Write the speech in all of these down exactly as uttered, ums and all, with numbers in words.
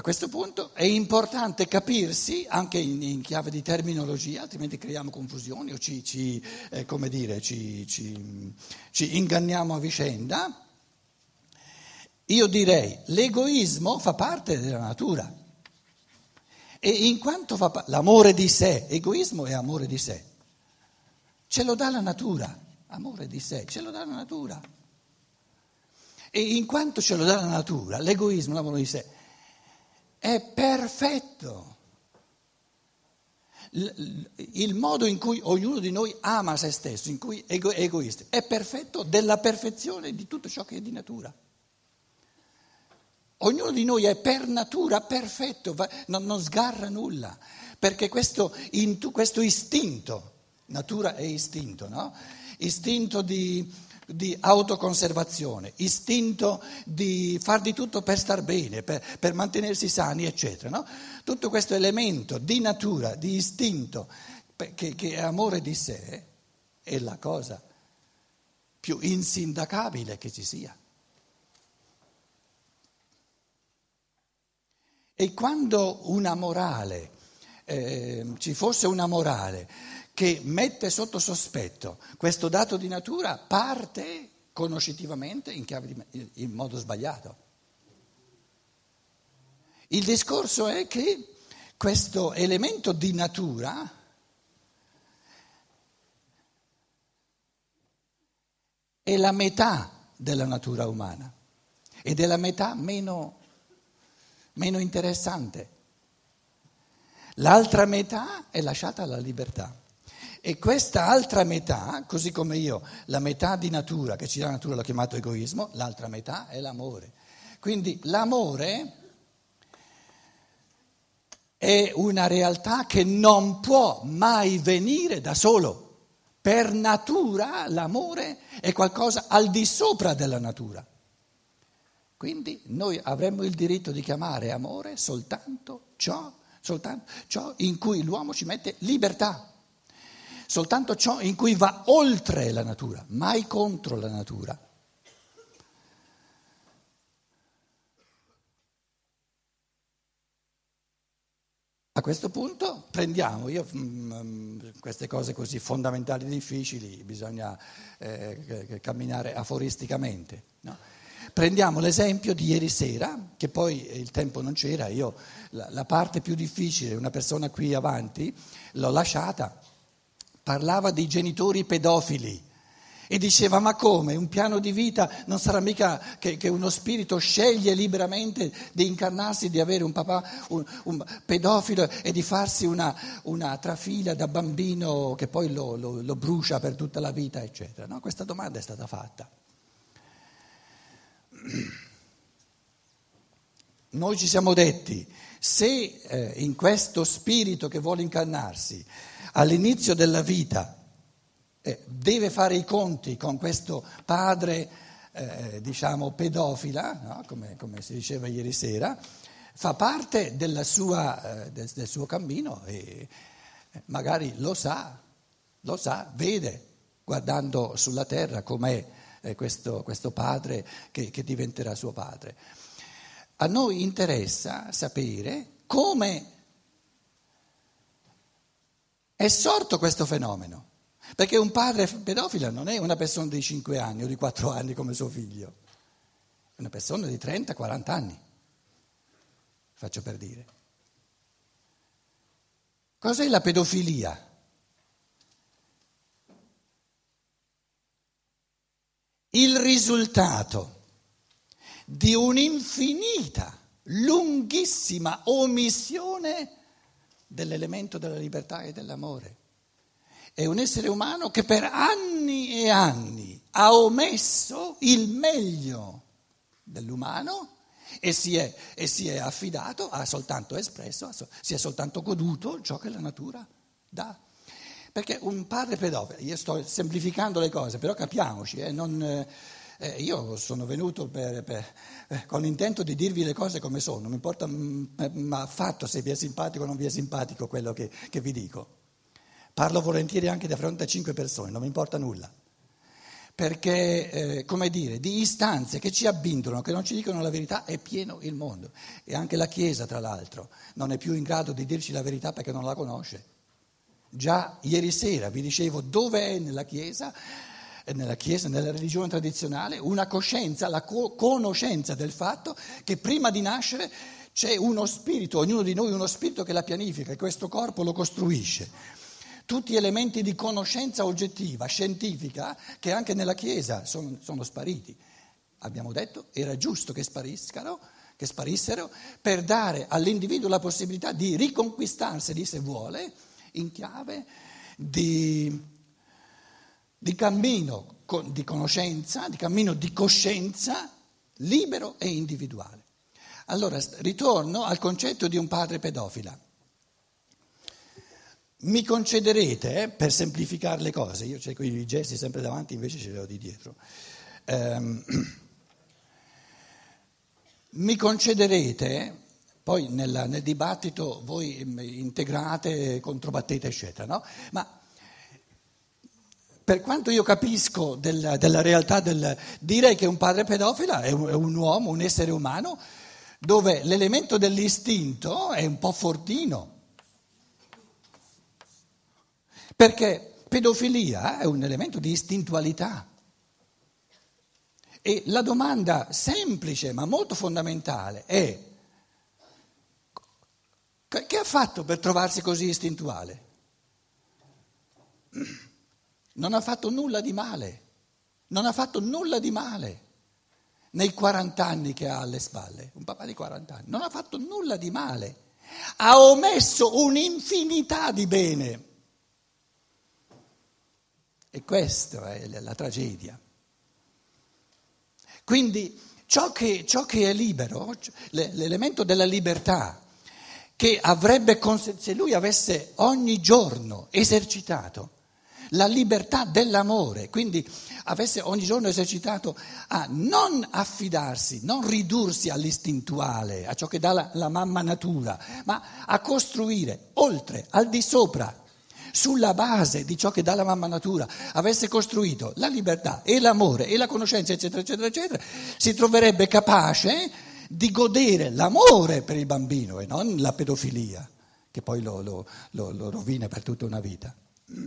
questo punto è importante capirsi anche in, in chiave di terminologia, altrimenti creiamo confusioni o ci, ci, eh, come dire, ci, ci, ci inganniamo a vicenda. Io direi l'egoismo fa parte della natura e in quanto fa parte, l'amore di sé, egoismo è amore di sé, ce lo dà la natura, amore di sé, ce lo dà la natura. E in quanto ce lo dà la natura, l'egoismo, l'amore di sé, è perfetto. Il modo in cui ognuno di noi ama se stesso, in cui è egoista, è perfetto della perfezione di tutto ciò che è di natura. Ognuno di noi è per natura perfetto, non, non sgarra nulla, perché questo, questo istinto, natura è istinto, no? Istinto di, di autoconservazione, istinto di far di tutto per star bene, per, per mantenersi sani, eccetera, no? Tutto questo elemento di natura, di istinto, che, che è amore di sé, è la cosa più insindacabile che ci sia. E quando una morale, eh, ci fosse una morale che mette sotto sospetto questo dato di natura, parte conoscitivamente in, chiave di, in modo sbagliato. Il discorso è che questo elemento di natura è la metà della natura umana ed è la metà meno, meno interessante. L'altra metà è lasciata alla libertà. E questa altra metà, così come io, la metà di natura, che ci dà la natura l'ho chiamato egoismo, l'altra metà è l'amore. Quindi l'amore è una realtà che non può mai venire da solo. Per natura l'amore è qualcosa al di sopra della natura. Quindi noi avremmo il diritto di chiamare amore soltanto ciò, soltanto ciò in cui l'uomo ci mette libertà. Soltanto ciò in cui va oltre la natura, mai contro la natura. A questo punto prendiamo, io, mh, queste cose così fondamentali e difficili bisogna eh, camminare aforisticamente, no? Prendiamo l'esempio di ieri sera, che poi il tempo non c'era, io la, la parte più difficile, una persona qui avanti, l'ho lasciata. Parlava dei genitori pedofili e diceva: ma come? Un piano di vita non sarà mica che, che uno spirito sceglie liberamente di incarnarsi, di avere un papà un, un pedofilo e di farsi una, una trafila da bambino che poi lo, lo, lo brucia per tutta la vita, eccetera. No, questa domanda è stata fatta. Noi ci siamo detti: se eh, in questo spirito che vuole incarnarsi all'inizio della vita eh, deve fare i conti con questo padre, eh, diciamo, pedofila, no? come, come si diceva ieri sera, fa parte della sua, eh, del, del suo cammino e magari lo sa, lo sa, vede, guardando sulla terra com'è eh, questo, questo padre che, che diventerà suo padre. A noi interessa sapere come è sorto questo fenomeno, perché un padre pedofilo non è una persona di cinque anni o di quattro anni come suo figlio, è una persona di trenta quaranta anni, faccio per dire. Cos'è la pedofilia? Il risultato di un'infinita, lunghissima omissione dell'elemento della libertà e dell'amore. È un essere umano che per anni e anni ha omesso il meglio dell'umano e si è, e si è affidato, ha soltanto espresso, si è soltanto goduto ciò che la natura dà. Perché un padre pedofilo, io sto semplificando le cose, però capiamoci, eh, non, eh, io sono venuto per, per, eh, con l'intento di dirvi le cose come sono, non mi importa affatto se vi è simpatico o non vi è simpatico quello che, che vi dico. Parlo volentieri anche di fronte a cinque persone, non mi importa nulla. perché, eh, come dire, di istanze che ci abbindolano, che non ci dicono la verità, è pieno il mondo. E anche la Chiesa, tra l'altro, non è più in grado di dirci la verità perché non la conosce. Già ieri sera vi dicevo dove è nella Chiesa, nella Chiesa, nella religione tradizionale, una coscienza, la co- conoscenza del fatto che prima di nascere c'è uno spirito, ognuno di noi uno spirito che la pianifica e questo corpo lo costruisce. Tutti elementi di conoscenza oggettiva, scientifica, che anche nella Chiesa sono, sono spariti. Abbiamo detto era giusto che spariscano, che sparissero, per dare all'individuo la possibilità di riconquistarseli, se vuole, in chiave di, di cammino di conoscenza, di cammino di coscienza libero e individuale. Allora, ritorno al concetto di un padre pedofila. Mi concederete, eh, per semplificare le cose, io cerco i gesti sempre davanti, invece ce li ho di dietro, ehm, mi concederete, poi nel, nel dibattito voi integrate, controbattete, eccetera, no? Ma per quanto io capisco del, della realtà, del, direi che un padre pedofila è un, è un uomo, un essere umano, dove l'elemento dell'istinto è un po' fortino. Perché pedofilia è un elemento di istintualità e la domanda semplice ma molto fondamentale è: che ha fatto per trovarsi così istintuale? Non ha fatto nulla di male, non ha fatto nulla di male nei quaranta anni che ha alle spalle, un papà di quaranta anni, non ha fatto nulla di male, ha omesso un'infinità di bene. E questa è la tragedia. Quindi ciò che, ciò che è libero, l'elemento della libertà, che avrebbe, se lui avesse ogni giorno esercitato la libertà dell'amore, quindi avesse ogni giorno esercitato a non affidarsi, non ridursi all'istintuale, a ciò che dà la, la mamma natura, ma a costruire oltre, al di sopra, sulla base di ciò che dà la mamma natura, avesse costruito la libertà e l'amore e la conoscenza, eccetera, eccetera, eccetera, si troverebbe capace di godere l'amore per il bambino e non la pedofilia, che poi lo, lo, lo, lo rovina per tutta una vita.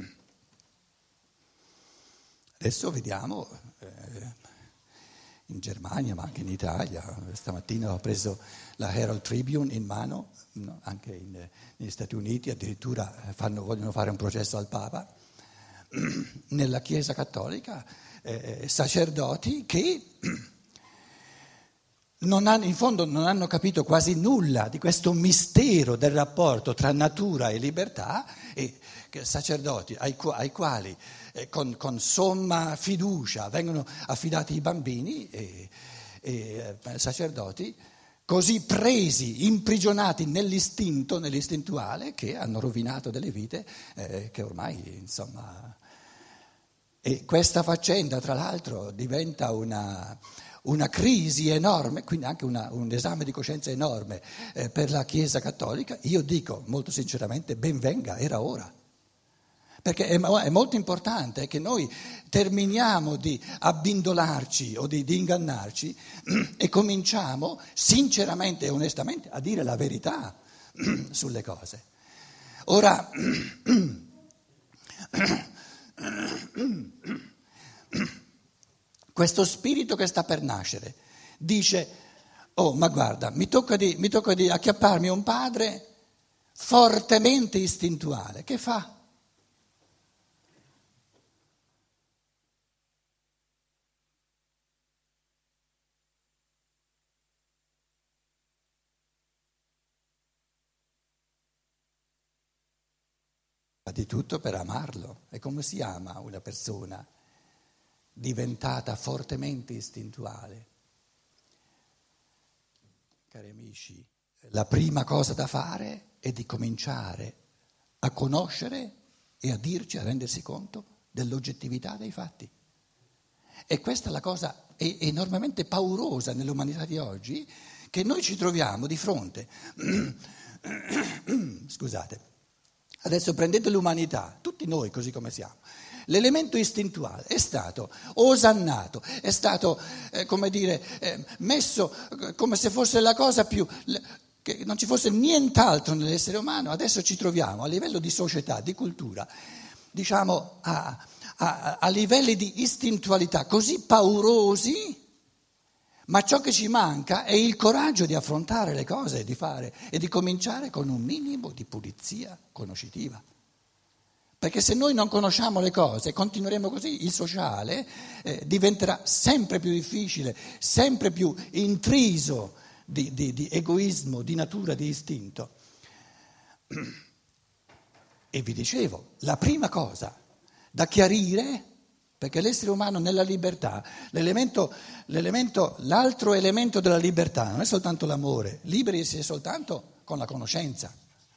Adesso vediamo, eh, in Germania ma anche in Italia, stamattina ho preso la Herald Tribune in mano, no, anche in, negli Stati Uniti addirittura fanno, vogliono fare un processo al Papa, nella Chiesa Cattolica eh, sacerdoti che non hanno, in fondo non hanno capito quasi nulla di questo mistero del rapporto tra natura e libertà, e sacerdoti ai, ai quali eh, con, con somma fiducia vengono affidati i bambini e, e eh, sacerdoti così presi, imprigionati nell'istinto, nell'istintuale, che hanno rovinato delle vite eh, che ormai, insomma... E questa faccenda, tra l'altro, diventa una, una crisi enorme, quindi anche una, un esame di coscienza enorme eh, per la Chiesa Cattolica. Io dico, molto sinceramente, ben venga, era ora. Perché è, è molto importante che noi terminiamo di abbindolarci o di, di ingannarci e cominciamo sinceramente e onestamente a dire la verità sulle cose. Ora, questo spirito che sta per nascere dice: oh, ma guarda, mi tocca di, mi tocca di acchiapparmi un padre fortemente istintuale. Che fa? Di tutto per amarlo. E come si ama una persona diventata fortemente istintuale? Cari amici, la prima cosa da fare è di cominciare a conoscere e a dirci, a rendersi conto dell'oggettività dei fatti. E questa è la cosa enormemente paurosa nell'umanità di oggi, che noi ci troviamo di fronte. Scusate. Adesso prendete l'umanità, tutti noi così come siamo, L'elemento istintuale è stato osannato, è stato, eh, come dire, eh, messo eh, come se fosse la cosa più... che non ci fosse nient'altro nell'essere umano. Adesso ci troviamo a livello di società, di cultura, diciamo a, a, a livelli di istintualità così paurosi, ma ciò che ci manca è il coraggio di affrontare le cose, di fare e di cominciare con un minimo di pulizia conoscitiva. Perché se noi non conosciamo le cose, continueremo così, il sociale eh, diventerà sempre più difficile, sempre più intriso di, di, di egoismo, di natura, di istinto. E vi dicevo, la prima cosa da chiarire, perché l'essere umano nella libertà, l'elemento, l'elemento, l'altro elemento della libertà non è soltanto l'amore, liberi si è soltanto con la conoscenza.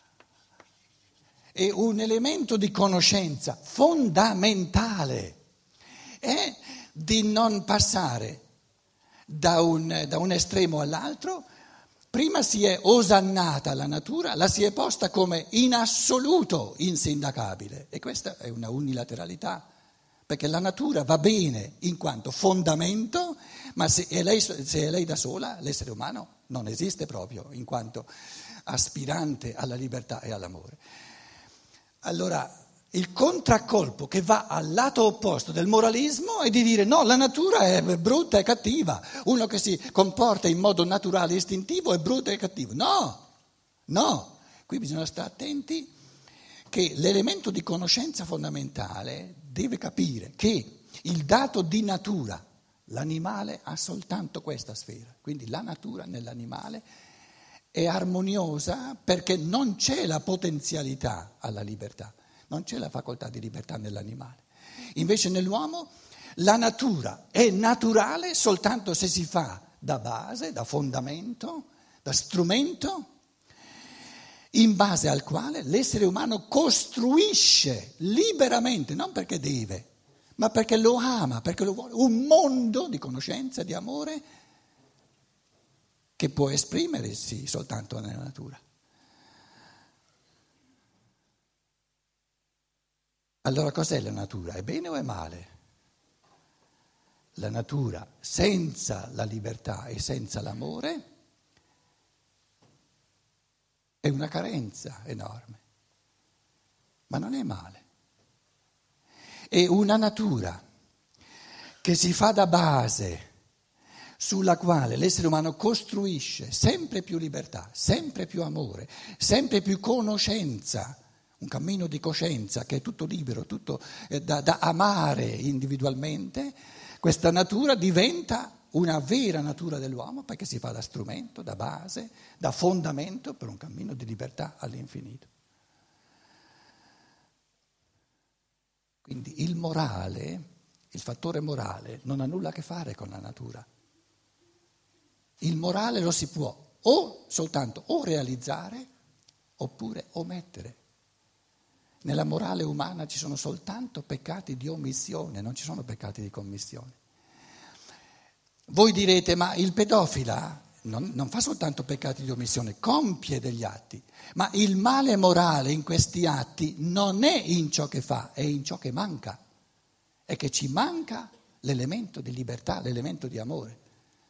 E un elemento di conoscenza fondamentale è di non passare da un, da un estremo all'altro. Prima si è osannata la natura, la si è posta come in assoluto insindacabile, e questa è una unilateralità, perché la natura va bene in quanto fondamento, ma se è lei, se è lei da sola, l'essere umano non esiste proprio in quanto aspirante alla libertà e all'amore. Allora, il contraccolpo che va al lato opposto del moralismo è di dire no, la natura è brutta e cattiva, uno che si comporta in modo naturale e istintivo è brutto e cattivo. No, no, qui bisogna stare attenti che l'elemento di conoscenza fondamentale deve capire che il dato di natura, l'animale ha soltanto questa sfera, quindi la natura nell'animale è armoniosa perché non c'è la potenzialità alla libertà. Non c'è la facoltà di libertà nell'animale. Invece nell'uomo la natura è naturale soltanto se si fa da base, da fondamento, da strumento, in base al quale l'essere umano costruisce liberamente, non perché deve, ma perché lo ama, perché lo vuole, un mondo di conoscenza, di amore che può esprimersi soltanto nella natura. Allora cos'è la natura? È bene o è male? La natura senza la libertà e senza l'amore è una carenza enorme, ma non è male. È una natura che si fa da base sulla quale l'essere umano costruisce sempre più libertà, sempre più amore, sempre più conoscenza. Un cammino di coscienza che è tutto libero, tutto da, da amare individualmente, questa natura diventa una vera natura dell'uomo perché si fa da strumento, da base, da fondamento per un cammino di libertà all'infinito. Quindi il morale, il fattore morale non ha nulla a che fare con la natura. Il morale lo si può o soltanto o realizzare oppure omettere. Nella morale umana ci sono soltanto peccati di omissione, non ci sono peccati di commissione. Voi direte, ma il pedofila non, non fa soltanto peccati di omissione, compie degli atti, ma il male morale in questi atti non è in ciò che fa, è in ciò che manca. È che ci manca l'elemento di libertà, l'elemento di amore.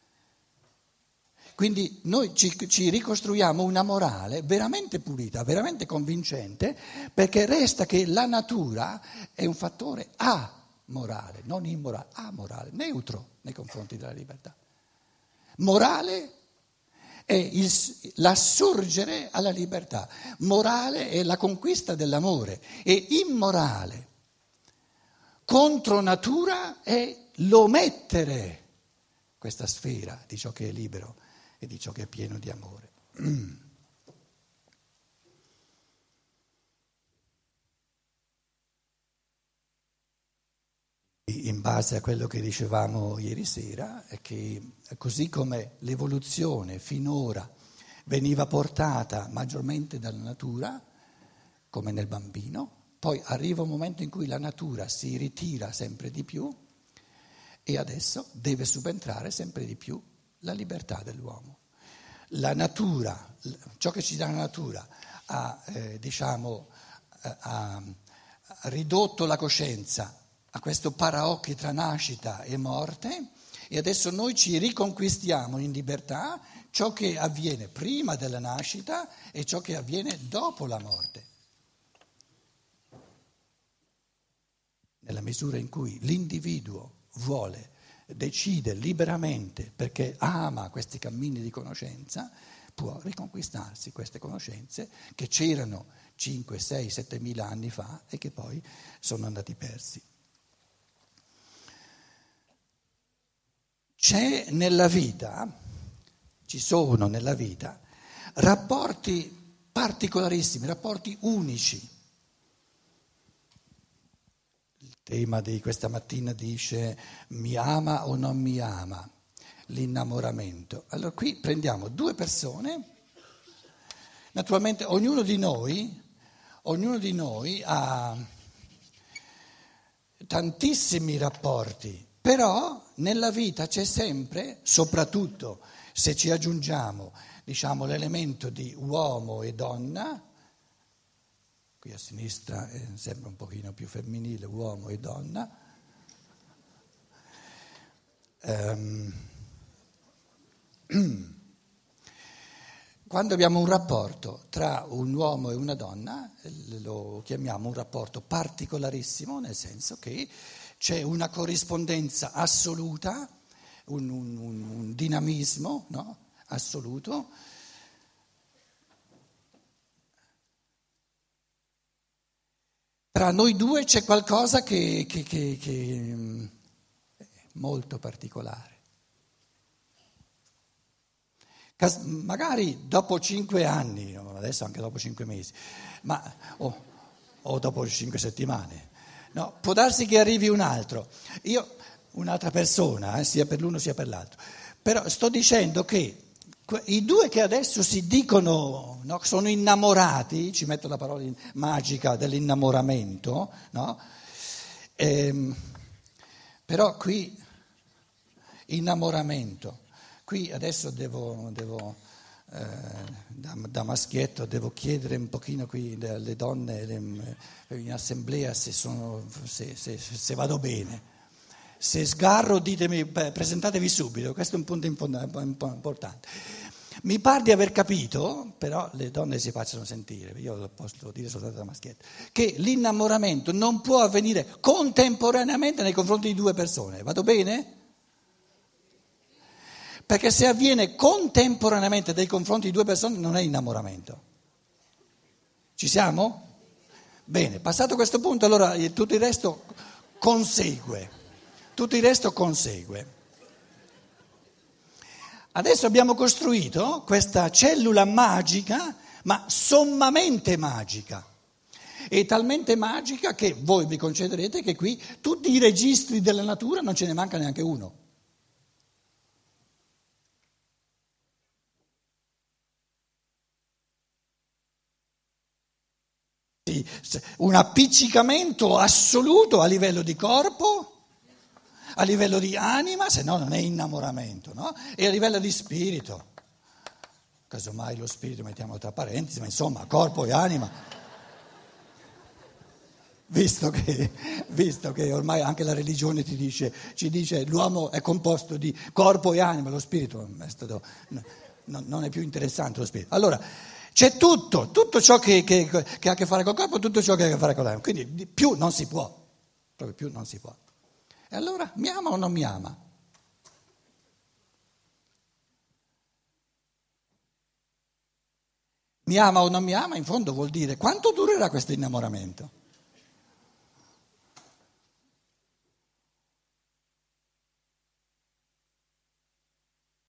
Quindi noi ci, ci ricostruiamo una morale veramente pulita, veramente convincente, perché resta che la natura è un fattore amorale, non immorale, amorale, neutro nei confronti della libertà. Morale è il, l'assurgere alla libertà, morale è la conquista dell'amore e immorale contro natura è l'omettere questa sfera di ciò che è libero e di ciò che è pieno di amore. In base a quello che dicevamo ieri sera, è che così come l'evoluzione finora veniva portata maggiormente dalla natura, come nel bambino, poi arriva un momento in cui la natura si ritira sempre di più e adesso deve subentrare sempre di più la libertà dell'uomo. La natura, ciò che ci dà la natura, ha, eh, diciamo, ha, ha ridotto la coscienza a questo paraocchi tra nascita e morte, e adesso noi ci riconquistiamo in libertà ciò che avviene prima della nascita e ciò che avviene dopo la morte. Nella misura in cui l'individuo vuole, decide liberamente, perché ama questi cammini di conoscenza, può riconquistarsi queste conoscenze che c'erano cinque, sei, sette mila anni fa e che poi sono andati persi. C'è nella vita, ci sono nella vita rapporti particolarissimi, rapporti unici. Il tema di questa mattina dice mi ama o non mi ama, l'innamoramento. Allora qui prendiamo due persone, naturalmente ognuno di noi, ognuno di noi ha tantissimi rapporti. Però nella vita c'è sempre, soprattutto se ci aggiungiamo, diciamo, l'elemento di uomo e donna, qui a sinistra è sempre un pochino più femminile, uomo e donna, um, quando abbiamo un rapporto tra un uomo e una donna, lo chiamiamo un rapporto particolarissimo, nel senso che c'è una corrispondenza assoluta, un, un, un dinamismo, no? Assoluto. Tra noi due c'è qualcosa che, che, che, che è molto particolare. Cas- magari dopo cinque anni, adesso anche dopo cinque mesi, ma, o, o dopo cinque settimane. No, può darsi che arrivi un altro, io, un'altra persona, eh, sia per l'uno sia per l'altro, però sto dicendo che que- i due che adesso si dicono, no, sono innamorati, ci metto la parola in- magica dell'innamoramento, no? Ehm, però qui innamoramento, qui adesso devo... devo Eh, da, da maschietto devo chiedere un pochino qui alle donne le, in assemblea se, sono, se, se, se vado bene. Se sgarro ditemi, presentatevi subito, questo è un punto importante. Mi pare di aver capito, però le donne si facciano sentire, io lo posso dire soltanto da maschietto, che l'innamoramento non può avvenire contemporaneamente nei confronti di due persone. Vado bene? Perché se avviene contemporaneamente nei confronti di due persone non è innamoramento. Ci siamo? Bene, passato questo punto, allora tutto il resto consegue. Tutto il resto consegue. Adesso abbiamo costruito questa cellula magica, ma sommamente magica. È talmente magica che voi vi concederete che qui tutti i registri della natura non ce ne manca neanche uno. Un appiccicamento assoluto a livello di corpo, a livello di anima, se no non è innamoramento, no? E a livello di spirito. Casomai lo spirito mettiamo tra parentesi, ma insomma corpo e anima. Visto che, visto che ormai anche la religione ti dice, ci dice l'uomo è composto di corpo e anima, lo spirito è stato, no, non è più interessante lo spirito. Allora, c'è tutto, tutto ciò che, che, che ha a che fare col corpo, tutto ciò che ha a che fare con l'anima. Quindi di più non si può, proprio più non si può. E allora mi ama o non mi ama? Mi ama o non mi ama, in fondo vuol dire quanto durerà questo innamoramento?